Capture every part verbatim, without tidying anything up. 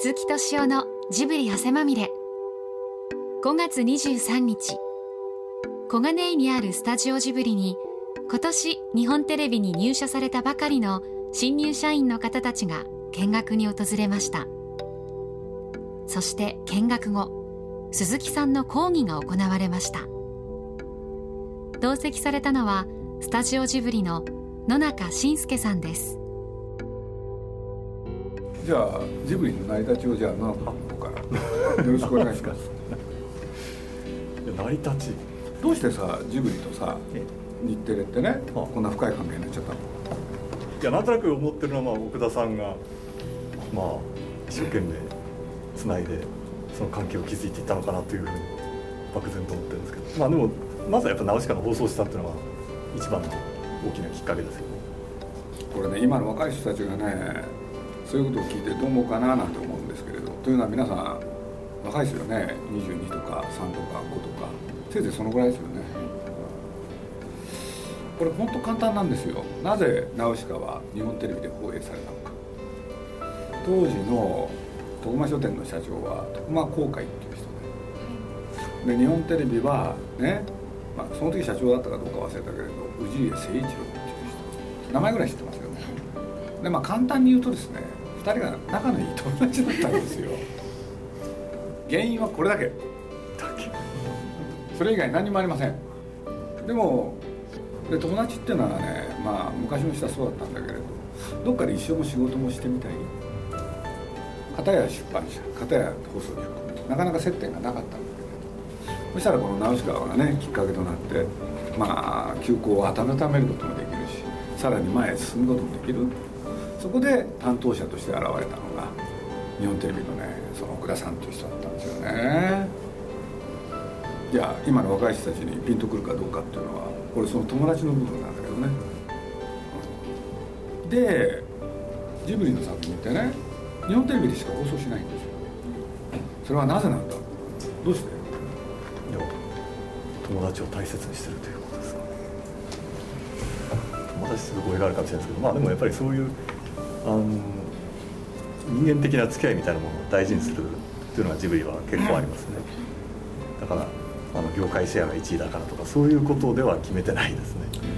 鈴木敏夫のジブリ汗まみれ。ごがつにじゅうさんにち、小金井にあるスタジオジブリに今年日本テレビに入社されたばかりの新入社員の方たちが見学に訪れました。そして見学後、鈴木さんの講義が行われました。同席されたのはスタジオジブリの野中伸介さんです。 じゃあジブリの成り立ちをじゃあ野中の方からよろしくお願いします。 成り立ち、 どうしてさジブリとさ日テレってねこんな深い関係になっちゃったの？ いや、なんとなく思ってるのは、まあ、奥田さんがまあ一生懸命つないでその関係を築いていったのかなというふうに漠然と思ってるんですけど、まあでもまずはやっぱナウシカの放送したっていうのが一番の大きなきっかけですよね。 これね、今の若い人たちがねそういうことを聞いてどう思うかななんて思うんですけれど、というのは皆さん若いですよね。にじゅうにとかさんとかごとかせいぜいそのぐらいですよね。これ本当簡単なんですよ。なぜナウシカは日本テレビで放映されたのか。当時の徳間書店の社長は徳間公海っていう人で、で日本テレビはね、まあ、その時社長だったかどうか忘れたけれど氏家誠一郎っていう人、名前ぐらい知ってますよね。でまあ簡単に言うとですね、ふたりが仲のいい友達だったんですよ。原因はこれだけそれ以外何もありません。でもで友達っていうのはね、まあ昔の人はそうだったんだけれど、どっかで一生も仕事もしてみたい、片や出版社片や放送局、なかなか接点がなかったんだけれど、そしたらこのナウシカがねきっかけとなって、まあ休校を温めることもできるし、さらに前へ進むこともできる。そこで担当者として現れたのが日本テレビのね、その奥田さんという人だったんですよね。いや今の若い人たちにピンとくるかどうかっていうのは、これその友達の部分なんだけどね。でジブリの作品ってね日本テレビでしか放送しないんですよ。それはなぜなんだ、どうして？ いや、友達を大切にしてるということですかね。友達する語彙があるかもしれないですけど、まあでもやっぱりそういうあの人間的な付き合いみたいなものを大事にするっていうのがジブリは結構ありますね。だからあの業界シェアがいちいだからとかそういうことでは決めてないですね。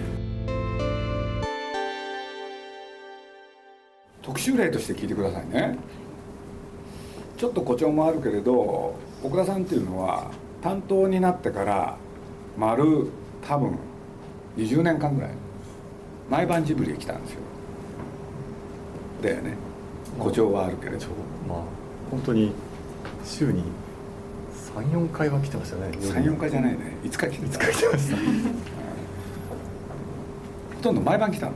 特殊例として聞いてくださいね。ちょっと誇張もあるけれど、奥田さんっていうのは担当になってから丸多分にじゅうねんかんぐらい毎晩ジブリへ来たんですよ。だよね。誇張はあるけれど、 まあ本当に週にさん、よんかいは来てましたね。 さん、よんかいじゃないね、いつか来てた。 いつか来てました。ほとんど毎晩来たの。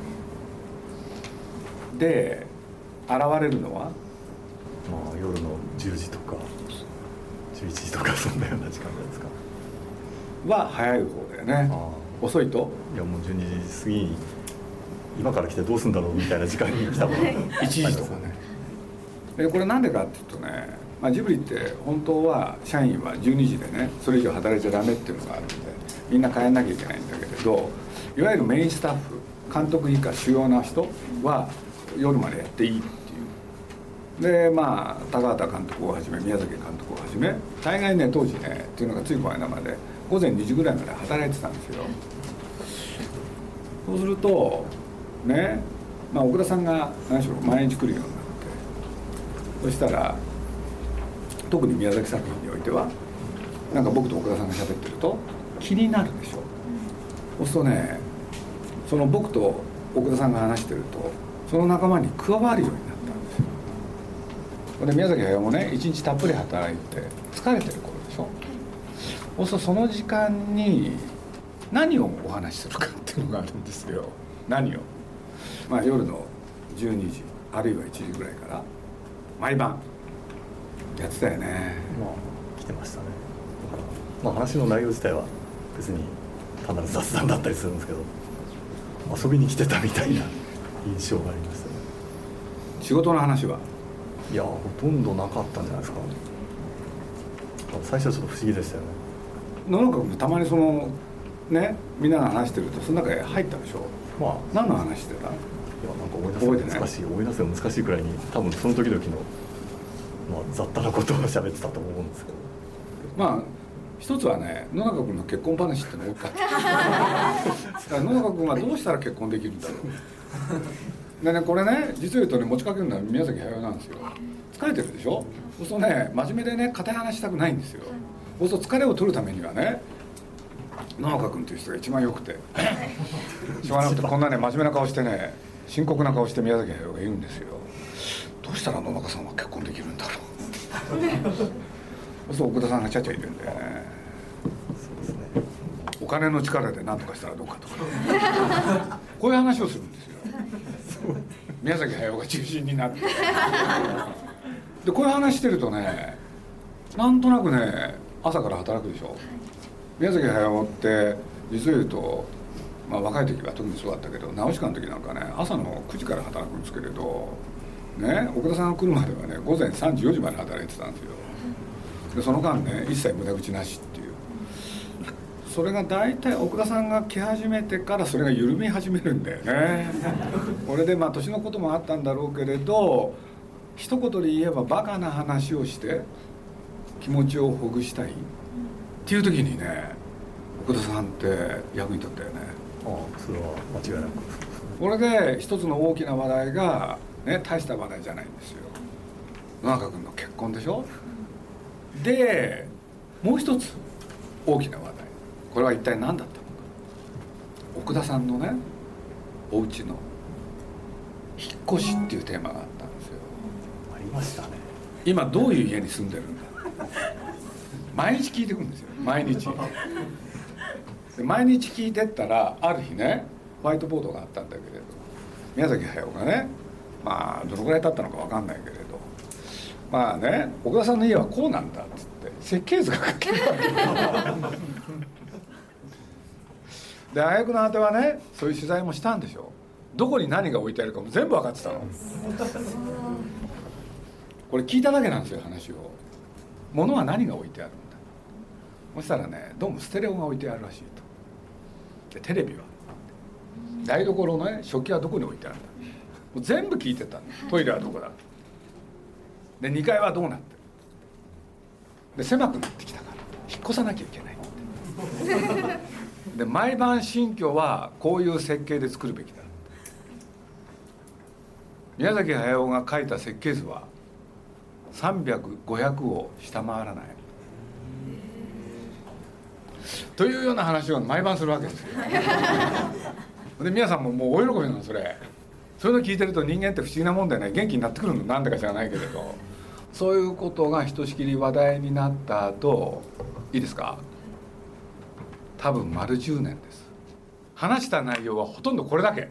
で現れるのは、 まあ、夜のじゅうじとかじゅういちじとかそんなような時間ですか。 は早い方だよね。遅いといやもうじゅうにじ過ぎに今から来てどうするんだろうみたいな時間に来たものいちじとかね。でこれなんでかっていうとね、まあ、ジブリって本当は社員はじゅうにじでねそれ以上働いちゃダメっていうのがあるんで、みんな帰んなきゃいけないんだけれど、いわゆるメインスタッフ監督以下主要な人は夜までやっていいっていう。でまあ高畑監督をはじめ宮崎監督をはじめ大概ね当時ねっていうのがついこの間まで午前にじぐらいまで働いてたんですよ。そうするとね、まあ、奥田さんが何しろ毎日来るようになって、そしたら特に宮崎作品においてはなんか僕と奥田さんが喋ってると気になるでしょ。そうするとね、その僕と奥田さんが話してるとその仲間に加わるようになったんですよ。で宮崎駿もね一日たっぷり働いて疲れてる頃でしょ。そうするとその時間に何をお話しするかっていうのがあるんですよ。何を、まあ、夜のじゅうにじあるいはいちじぐらいから毎晩やってたよね。 まあ来てましたね。まあ話の内容自体は別に単なる雑談だったりするんですけど、遊びに来てたみたいな印象がありましたね。 仕事の話は？ いやほとんどなかったんじゃないですか。最初はちょっと不思議でしたよね。 野中君たまにそのねみんなが話してるとその中へ入ったでしょ。まあ何の話してた？ いやなんか思い出すの難しい思い出すの難しいくらいに多分その時々のまあ、雑多なことを喋ってたと思うんですけど、 まあ一つはね、野中君の結婚話ってのが多かっただから野中君はどうしたら結婚できるんだろうでね、これね、実を言うとね、持ちかけるのは宮崎駿なんですよ。疲れてるでしょ。そうするとね、真面目でね、硬い話したくないんですよ。そうすると疲れを取るためにはね、野中君という人が一番よくてしょうがなくて、こんなね真面目な顔してね、深刻な顔して宮崎駿が言うんですよ。どうしたら野中さんは結婚できるんだろうそうすると奥田さんがちゃちゃいるんだよね。 そうですね、 お金の力で何とかしたらどうかとかこういう話をするんですよ。宮崎駿が中心になってで、こういう話してるとね、なんとなくね、朝から働くでしょ。宮崎駿って実を言うと、まあ、若い時は特にそうだったけど、ナウシカの時なんかね、朝のくじから働くんですけれどね、奥田さんが来るまではね、午前さんじよじまで働いてたんですよ。でその間ね、一切無駄口なしっていう。それが大体奥田さんが来始めてからそれが緩み始めるんだよねこれでまあ年のこともあったんだろうけれど、一言で言えばバカな話をして気持ちをほぐしたいっていう時にね、奥田さんって役に立ったよね。 ああ、それは間違いなく。 これで一つの大きな話題がね、大した話題じゃないんですよ。野中君の結婚でしょ。でもう一つ大きな話題、これは一体何だったのか。奥田さんのね、お家の引っ越しっていうテーマがあったんですよ。 ありましたね。 今どういう家に住んでるんだ毎日聞いてくるんですよ。毎日で毎日聞いてったら、ある日ね、ホワイトボードがあったんだけれど、宮崎駿がね、まあどのぐらい経ったのか分かんないけれど、まあね、奥田さんの家はこうなんだっつって設計図が書けるわけで、挙句の果てはね、そういう取材もしたんでしょ。どこに何が置いてあるかも全部分かってたのこれ聞いただけなんですよ、話を。物は何が置いてあるんだ。そしたらね、どうもステレオが置いてあるらしいと。でテレビは、台所のね、食器はどこに置いてあるんだ。もう全部聞いてたの。トイレはどこだ。でにかいはどうなってる。で狭くなってきたから引っ越さなきゃいけないってで毎晩新居はこういう設計で作るべきだ。宮崎駿が書いた設計図はさんびゃく、ごひゃくを下回らないというような話を毎晩するわけですよで皆さんももう大喜びなの。それそういうの聞いてると、人間って不思議なもんだよね。元気になってくるの、なんでか知らないけれど。そういうことがひとしきり話題になった後、いいですか、多分丸じゅうねんです。話した内容はほとんどこれだけ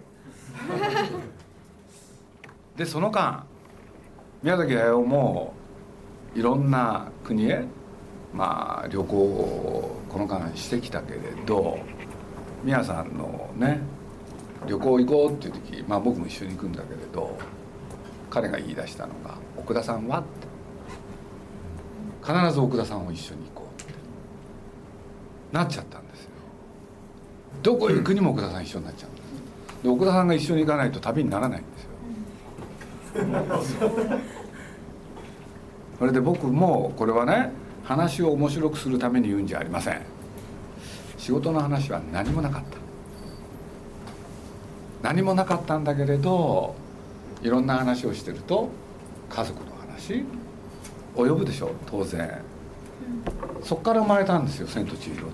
でその間宮崎駿もいろんな国へまあ旅行をこの間してきたけれど、宮さんのね、旅行行こうっていう時、まあ僕も一緒に行くんだけれど、彼が言い出したのが、奥田さんはって、必ず奥田さんを一緒に行こうってなっちゃったんですよ。どこ行くにも奥田さん一緒になっちゃうんです。で奥田さんが一緒に行かないと旅にならないんですよそれで僕もこれはね、話を面白くするために言うんじゃありません。仕事の話は何もなかった。何もなかったんだけれど、いろんな話をしてると家族の話及ぶでしょ、当然。そこから生まれたんですよ、千と千尋って。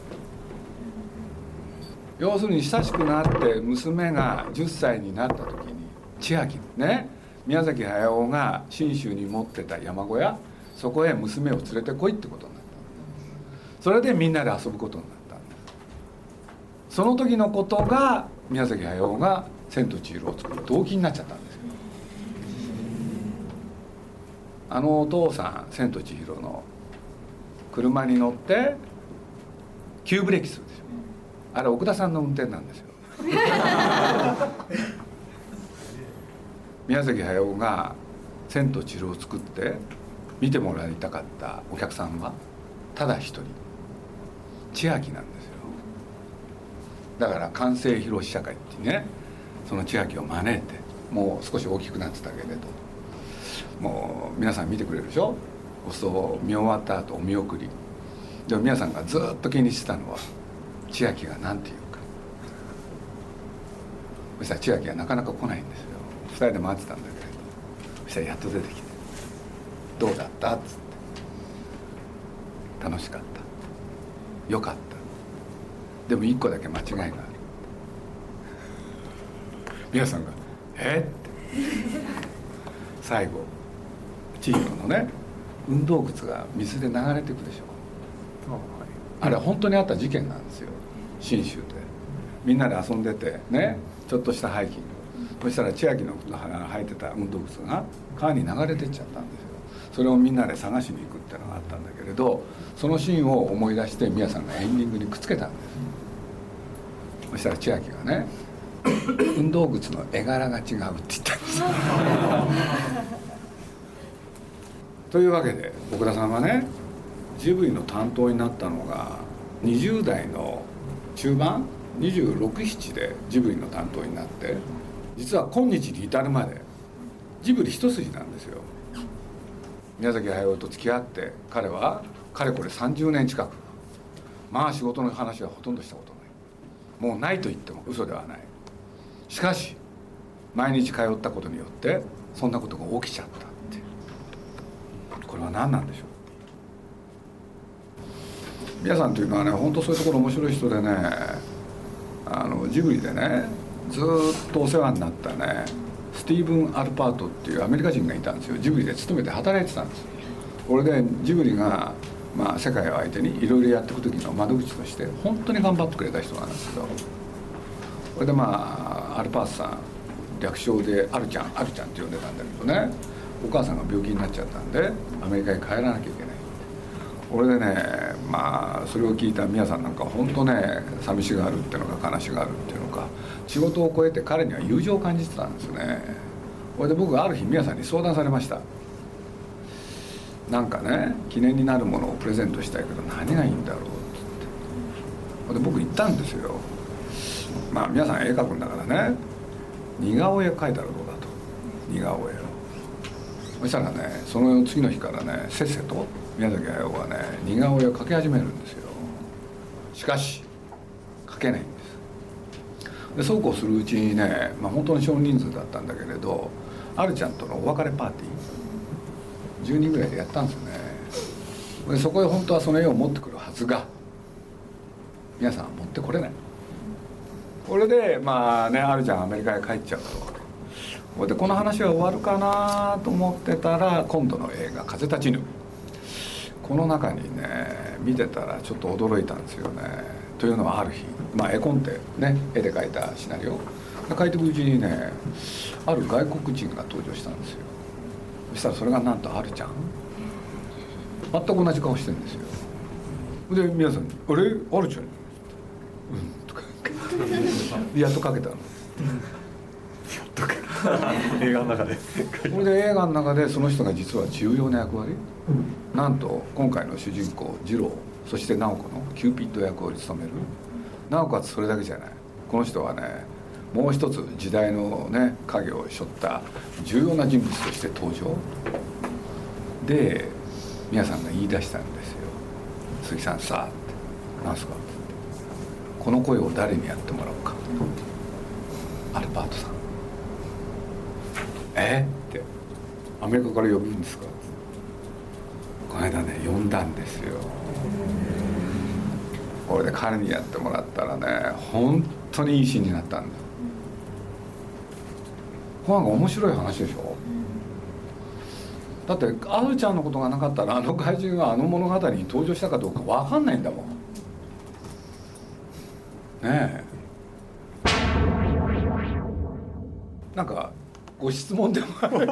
要するに親しくなって娘がじゅっさいになった時に、千秋ね、宮崎駿が信州に持ってた山小屋、そこへ娘を連れてこいってことになった。それでみんなで遊ぶことになったんです。その時のことが宮崎駿が千と千尋を作る動機になっちゃったんですよ。あのお父さん、千と千尋の車に乗って急ブレーキするでしょ。あれ奥田さんの運転なんですよ宮崎駿が千と千尋を作って見てもらいたかったお客さんはただ一人、千秋なんですよ。だから完成披露試写会ってね、その千秋を招いて、もう少し大きくなってたけれど、 もう皆さん見てくれるでしょ。そう見終わった後お見送りでも皆さんがずっと気にしてたのは千秋が何て言うか。そしたら千秋がなかなか来ないんですよ。ふたりで待ってたんだけれど、そしたらやっと出てきて「どうだった?」っつって「楽しかった、よかった、でも一個だけ間違いがある」皆さんが「えっ?」って最後千尋のね運動靴が水で流れていくでしょ。あ、はい、あれ本当にあった事件なんですよ。信州でみんなで遊んでてね、ちょっとしたハイキング、そしたら千秋の履いてた運動靴が川に流れてっちゃったんですよ。それをみんなで探しに行くっていうのがあったんだけれど、そのシーンを思い出して宮さんがエンディングにくっつけたんです。そしたら千秋がね運動靴の絵柄が違うって言ったんですというわけで奥田さんはねジブリの担当になったのがにじゅう代の中盤にじゅうろく、ななでジブリの担当になって、実は今日に至るまでジブリ一筋なんですよ。宮崎駿と付き合って彼はかれこれさんじゅうねん近く、まあ仕事の話はほとんどしたことない、もうないと言っても嘘ではない。しかし毎日通ったことによってそんなことが起きちゃったって、これは何なんでしょう。皆さんというのはね本当そういうところ面白い人でね、あのジブリでねずっとお世話になったねスティーブン・アルパートっていうアメリカ人がいたんですよ。ジブリで勤めて働いてたんです。これでジブリが、まあ、世界を相手にいろいろやっていく時の窓口として本当に頑張ってくれた人なんですけど、これでまあアルパートさん略称でアルちゃんアルちゃんって呼んでたんだけどね、お母さんが病気になっちゃったんでアメリカに帰らなきゃいけない。これでねまあそれを聞いた宮さんなんか本当ね寂しがるっていうのか悲しがるっていうのか、仕事を超えて彼には友情を感じてたんですよね。これで僕がある日宮さんに相談されました。なんかね記念になるものをプレゼントしたいけど何がいいんだろうって言って、で僕言ったんですよ。まあ皆さん絵描くんだからね似顔絵描いたらどうだと、似顔絵を。そしたらねその次の日からねせっせと宮崎駿はね似顔絵を描き始めるんですよ。しかし描けないんです。でそうこうするうちにね、まあ、本当に少人数だったんだけれど、あるちゃんとのお別れパーティーじゅうにんぐらいでやったんですよね。でそこへ本当はその絵を持ってくるはずが皆さんは持ってこれない。これでまあねあるちゃんアメリカへ帰っちゃうと、これでこの話は終わるかなと思ってたら今度の映画「風立ちぬ」、この中にね見てたらちょっと驚いたんですよね。というのはある日、まあ、絵コンテね絵で描いたシナリオ描いていくうちにねある外国人が登場したんですよ。そしたらそれがなんとあるちゃん、全く同じ顔してるんですよ。で皆さんに「あれあるちゃん?」うんとかやっと描けたの。 映画の中でこれで映画の中でその人が実は重要な役割、うん、なんと今回の主人公次郎、そして直子のキューピッド役を務める。なおかつそれだけじゃない、この人はねもう一つ時代のね影を背負った重要な人物として登場で、皆さんが言い出したんですよ。鈴木さんさあって、なんすか、この声を誰にやってもらおうか。アルパートさん。えってアメリカから呼ぶんですか。この間ね呼んだんですよ。これで彼にやってもらったらね本当にいいシーンになったんだ。これなんか面白い話でしょ。だってあるちゃんのことがなかったらあの怪獣があの物語に登場したかどうか分かんないんだもんねえ。なんかご質問でもある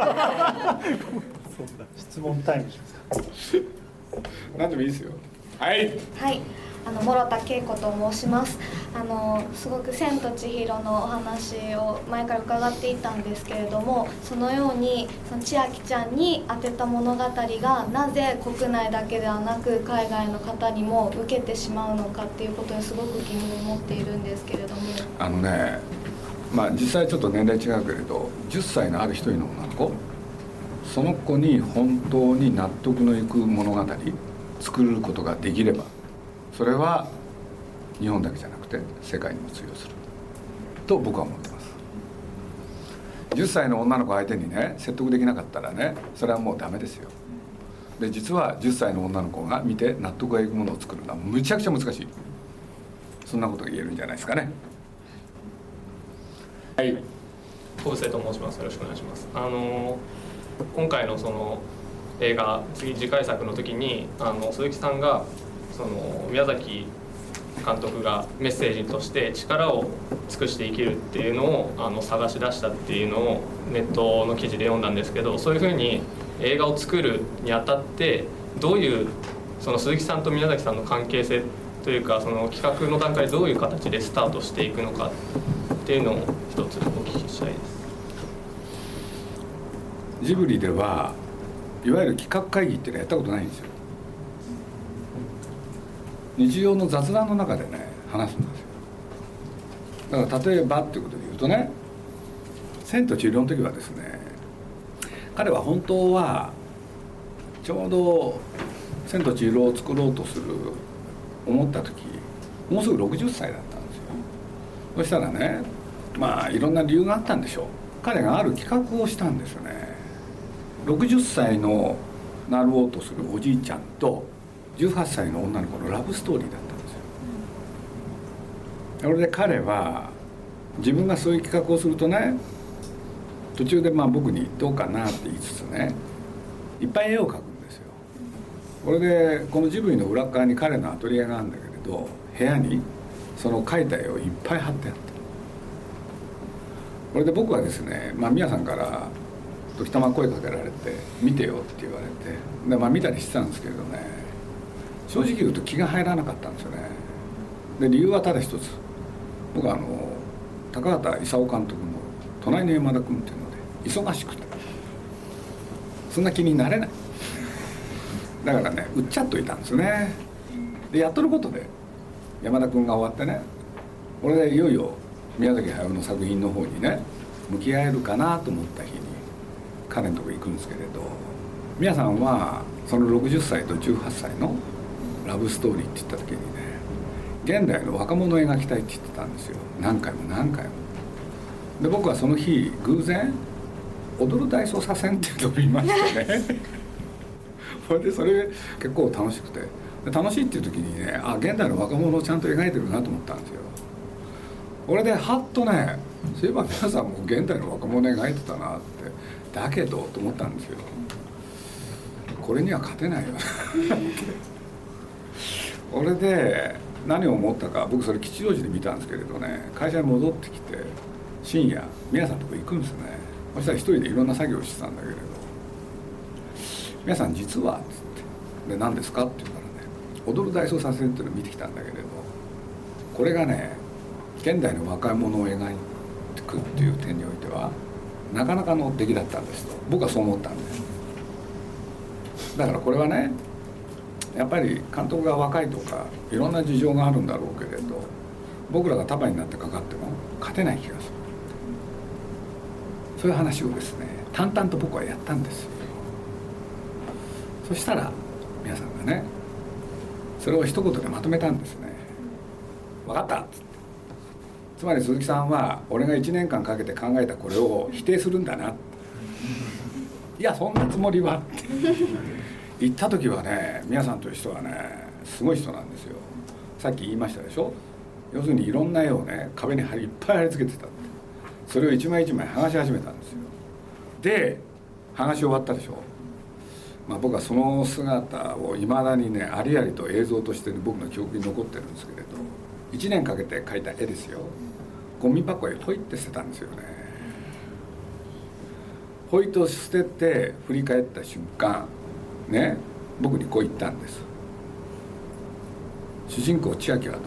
質問タイムですか。 何でもいいですよ。はいはい、あの諸田恵子と申します。あのすごく千と千尋のお話を前から伺っていたんですけれども、そのようにその千秋ちゃんに当てた物語がなぜ国内だけではなく海外の方にも受けてしまうのかっていうことにすごく疑問を持っているんですけれども。 あのねまあ実際ちょっと年齢違うけれどじゅっさいのある一人の女の子、 その子に本当に納得のいく物語作ることができれば、それは日本だけじゃなくて世界にも通用すると僕は思ってます。じゅっさいの女の子相手にね説得できなかったらね、それはもうダメですよ。で実はじゅっさいの女の子が見て納得がいくものを作るのはむちゃくちゃ難しい、そんなことが言えるんじゃないですかね。 はい、小布施と申します。よろしくお願いします。あの今回のその映画次次回作の時にあの鈴木さんがその宮崎監督がメッセージとして力を尽くして生きるっていうのをあの探し出したっていうのをネットの記事で読んだんですけど、そういうふうに映画を作るにあたってどういうその鈴木さんと宮崎さんの関係性というか、その企画の段階でどういう形でスタートしていくのかっていうのを一つお聞きしたいです。 ジブリではいわゆる企画会議っていうのはやったことないんですよ。日常の雑談の中でね話すんですよ。だから例えばっていうことで言うとね、千と千尋の時はですね、彼は本当はちょうど千と千尋を作ろうとする思った時もうすぐろくじゅっさいだったんですよ。そしたらね、まあいろんな理由があったんでしょう。彼がある企画をしたんですよね。ろくじゅっさいのなろうとするおじいちゃんとじゅうはっさいの女の子のラブストーリーだったんですよ。それで彼は自分がそういう企画をするとね、途中でまあ僕にどうかなって言いつつね、いっぱい絵を描くんですよ。これでこのジブリの裏側に彼のアトリエがあるんだけれど、部屋にその描いた絵をいっぱい貼ってあった。これで僕はですね、まあ宮さんから時たま声かけられて見てよって言われて、で、まあ、見たりしてたんですけれどね、正直言うと気が入らなかったんですよね。で理由はただ一つ、僕はあの高畑勲監督の「隣の山田君」っていうので忙しくてそんな気になれない。だからね売っちゃっといたんですね。でやっとることで山田君が終わってね、これでいよいよ宮崎駿の作品の方にね向き合えるかなと思った日に彼のとこ行くんですけれど、宮さんはそのろくじゅっさいとじゅうはっさいのラブストーリーって言った時にね、現代の若者を描きたいって言ってたんですよ。何回も何回も。で僕はその日偶然踊る大捜査線っていうとこ見ましたね。それでそれ結構楽しくて、で楽しいっていう時にね、あ現代の若者をちゃんと描いてるなと思ったんですよ。これでハッとね、そういえば皆さんも現代の若者描いてたなって、だけどと思ったんですよ。これには勝てないよなって。これで何を思ったか、僕それ吉祥寺で見たんですけれどね、会社に戻ってきて深夜宮さんのとこ行くんですね。そしたら一人でいろんな作業をしてたんだけれど、宮さん実はっつってで何ですかって言うからね、踊る大捜査線っていうのを見てきたんだけれど、これがね現代の若者を描いてくっていう点においてはなかなかの出来だったんですと僕はそう思ったんです。だからこれはねやっぱり監督が若いとかいろんな事情があるんだろうけれど、僕らが束になってかかっても勝てない気がする。そういう話をですね淡々と僕はやったんですよ。そしたら皆さんがねそれを一言でまとめたんですね。分かったっつって、つまり鈴木さんは俺がいちねんかんかけて考えたこれを否定するんだな。いやそんなつもりはって言った時はね、宮さんという人はねすごい人なんですよ。さっき言いましたでしょ。要するにいろんな絵をね壁にいっぱい貼り付けてたって、それを一枚一枚剥がし始めたんですよ。で剥がし終わったでしょ。まあ僕はその姿をいまだにねありありと映像として、ね、僕の記憶に残ってるんですけれど、いちねんかけて描いた絵ですよ。ゴミ箱へポイって捨てたんですよね。ポイと捨てて振り返った瞬間ね、僕にこう言ったんです。主人公千秋はどうって。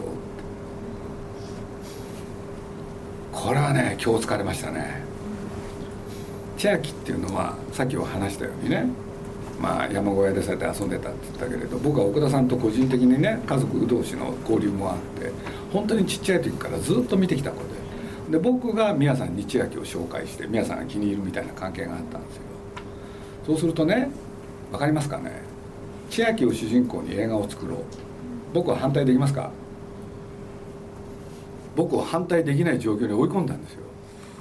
これはね今日疲れましたね。千秋っていうのはさっきお話したようにね、まあ山小屋でさえて遊んでたって言ったけれど、僕は奥田さんと個人的にね家族同士の交流もあって、本当にちっちゃい時からずっと見てきた子で、で僕が宮さんに千秋を紹介して宮さんが気に入るみたいな関係があったんですよ。 そうするとね、分かりますかね、千秋を主人公に映画を作ろう、僕は反対できますか？僕を反対できない状況に追い込んだんですよ。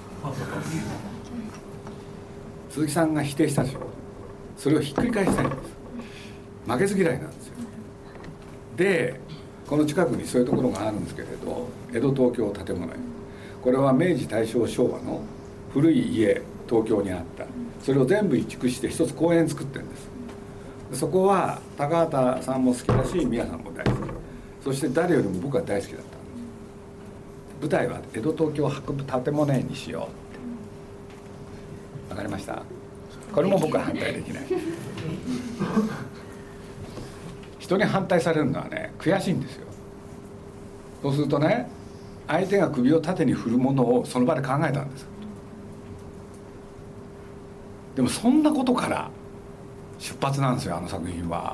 鈴木さんが否定したでしょ。それをひっくり返したいんです。負けず嫌いなんですよ。でこの近くにそういうところがあるんですけれど、江戸東京建物園、これは明治大正昭和の古い家、東京にあった、それを全部移築して一つ公園作ってるんです。そこは高畑さんも好きだし、宮さんも大好き、そして誰よりも僕は大好きだったんです。舞台は江戸東京博物建物園にしようって。分かりました？これも僕は反対できない。人に反対されるのはね、悔しいんですよ。そうするとね、相手が首を縦に振るものをその場で考えたんです。でもそんなことから出発なんですよ、あの作品は。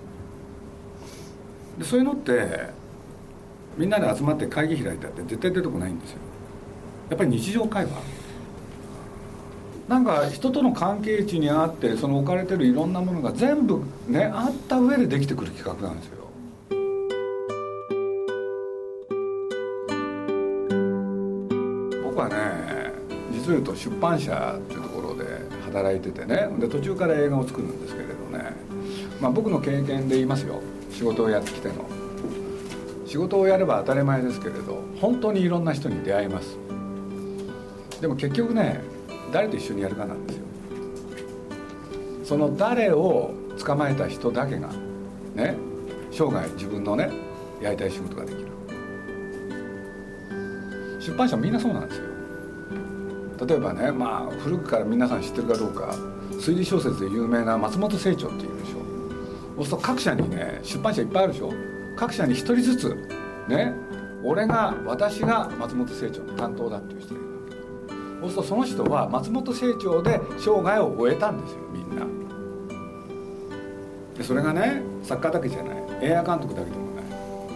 でそういうのってみんなで集まって会議開いたって絶対出てこないんですよ。やっぱり日常会話、なんか人との関係値にあって、その置かれてるいろんなものが全部ねあった上でできてくる企画なんですよ。僕はね、実を言うと出版社っていうところで働いててね、で途中から映画を作るんですけれどね、まあ、僕の経験で言いますよ、仕事をやってきての仕事をやれば当たり前ですけれど、本当にいろんな人に出会います。でも結局ね、誰と一緒にやるかなんですよ。その誰を捕まえた人だけがね、生涯自分のねやりたい仕事ができる。出版社みんなそうなんですよ。例えばね、まあ古くから皆さん知ってるかどうか、推理小説で有名な松本清張っていうでしょ。そうすると各社にね、出版社いっぱいあるでしょ。各社に一人ずつね、俺が私が松本清張の担当だっていう人がいる。そうするとその人は松本清張で生涯を終えたんですよ、みんな。でそれがね、作家だけじゃない、映画監督だけでもない、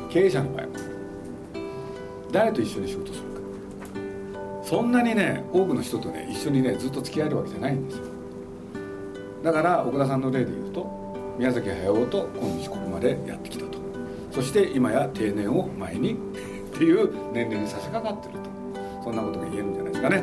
経営者の場合もある。誰と一緒に仕事するか、そんなにね多くの人とね一緒にねずっと付き合えるわけじゃないんですよ。だから岡田さんの例で言うと、宮崎駿と今日ここまでやってきたと、そして今や定年を前にっていう年齢に差し掛かってると、そんなことが言えるんじゃないですかね。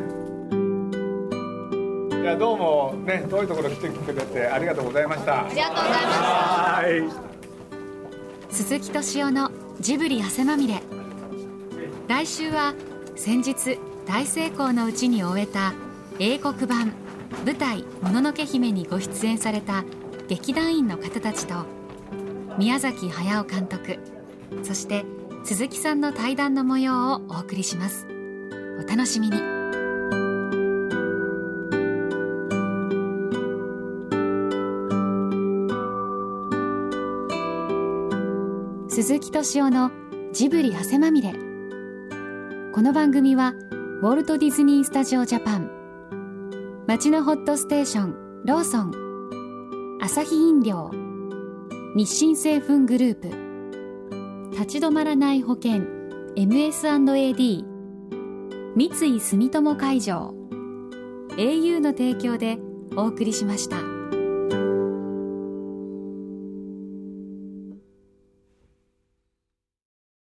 いやどうもね、遠いところ来てくれてありがとうございました。 ありがとうございました。 鈴木敏夫のジブリ汗まみれ。来週は先日大成功のうちに終えた英国版舞台もののけ姫にご出演された劇団員の方たちと、宮崎駿監督、そして鈴木さんの対談の模様をお送りします。お楽しみに。鈴木敏夫のジブリ汗まみれ。この番組はウォルト・ディズニー・スタジオ・ジャパン、街のホットステーションローソン、アサヒ飲料、日清製粉グループ、立ち止まらない保険 エムエスアンドエーディー、 三井住友海上、 エーユー の提供でお送りしました。